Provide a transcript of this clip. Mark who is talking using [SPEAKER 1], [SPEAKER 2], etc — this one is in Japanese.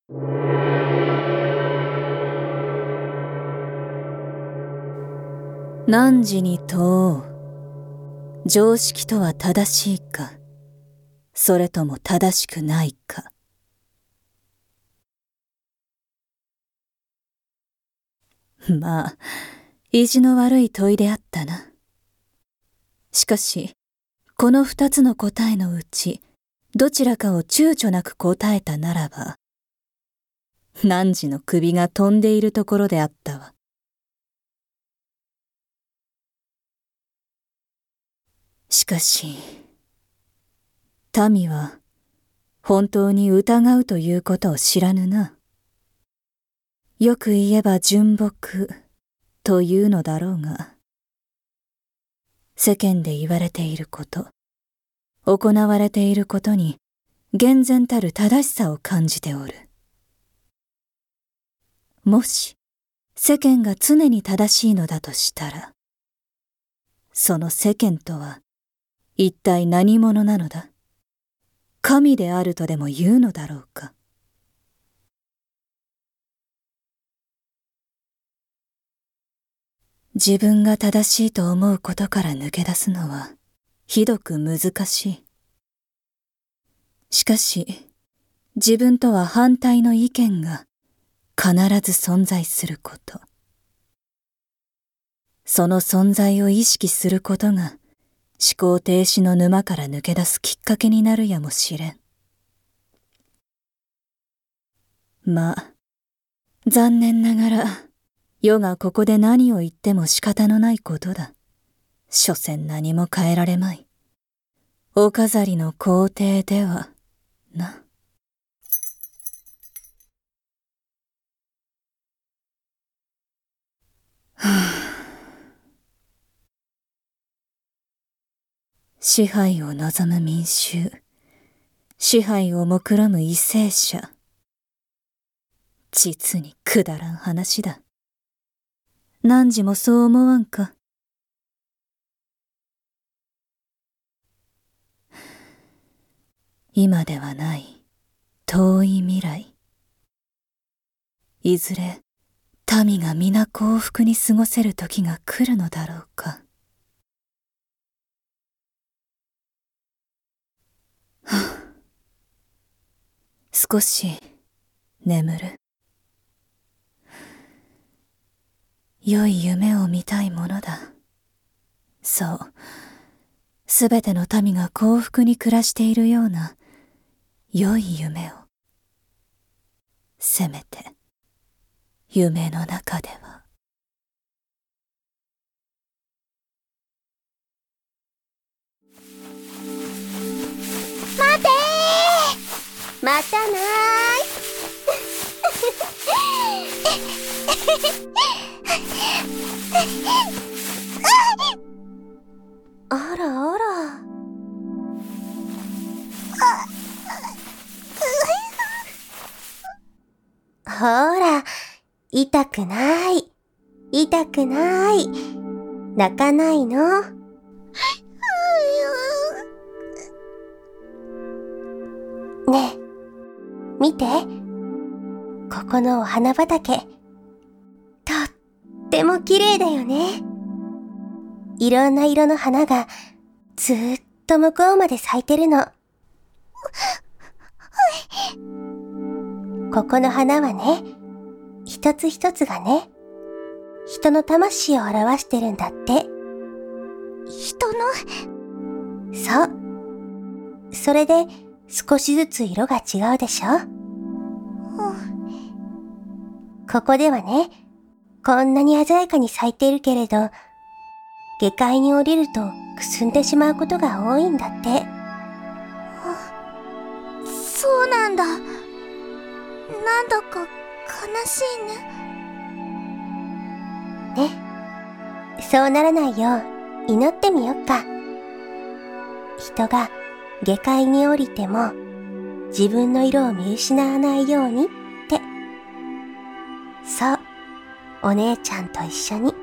[SPEAKER 1] 汝に問おう。常識とは正しいか、それとも正しくないか。まあ、意地の悪い問いであったな。しかし、この二つの答えのうち、どちらかを躊躇なく答えたならば、汝の首が飛んでいるところであったわ。しかし、民は本当に疑うということを知らぬな。よく言えば純朴というのだろうが、世間で言われていること、行われていることに厳然たる正しさを感じておる。もし世間が常に正しいのだとしたら、その世間とは一体何者なのだ。神であるとでも言うのだろうか。自分が正しいと思うことから抜け出すのはひどく難しい。しかし、自分とは反対の意見が必ず存在すること。その存在を意識することが思考停止の沼から抜け出すきっかけになるやもしれん。まあ、残念ながら、世がここで何を言っても仕方のないことだ。所詮何も変えられまい。お飾りの皇帝では、な。支配を望む民衆、支配を目論む為政者。実にくだらん話だ。汝もそう思わんか。今ではない遠い未来。いずれ民が皆幸福に過ごせる時が来るのだろうか。少し眠る。良い夢を見たいものだ。そう、すべての民が幸福に暮らしているような良い夢を。せめて夢の中では。
[SPEAKER 2] 待てー、またなーいあらあら。ほら、痛くない。痛くない。泣かないの。ねえ、見て。ここのお花畑。とっても綺麗だよね。いろんな色の花がずーっと向こうまで咲いてるの。ここの花はね、一つ一つがね、人の魂を表してるんだって。人の？そう。それで少しずつ色が違うでしょ？ここではね、こんなに鮮やかに咲いているけれど、下界に降りるとくすんでしまうことが多いんだって。そうなんだ。なんだか悲しいね。ね。そうならないよう祈ってみよっか。人が下界に降りても自分の色を見失わないようにって。そう、お姉ちゃんと一緒に。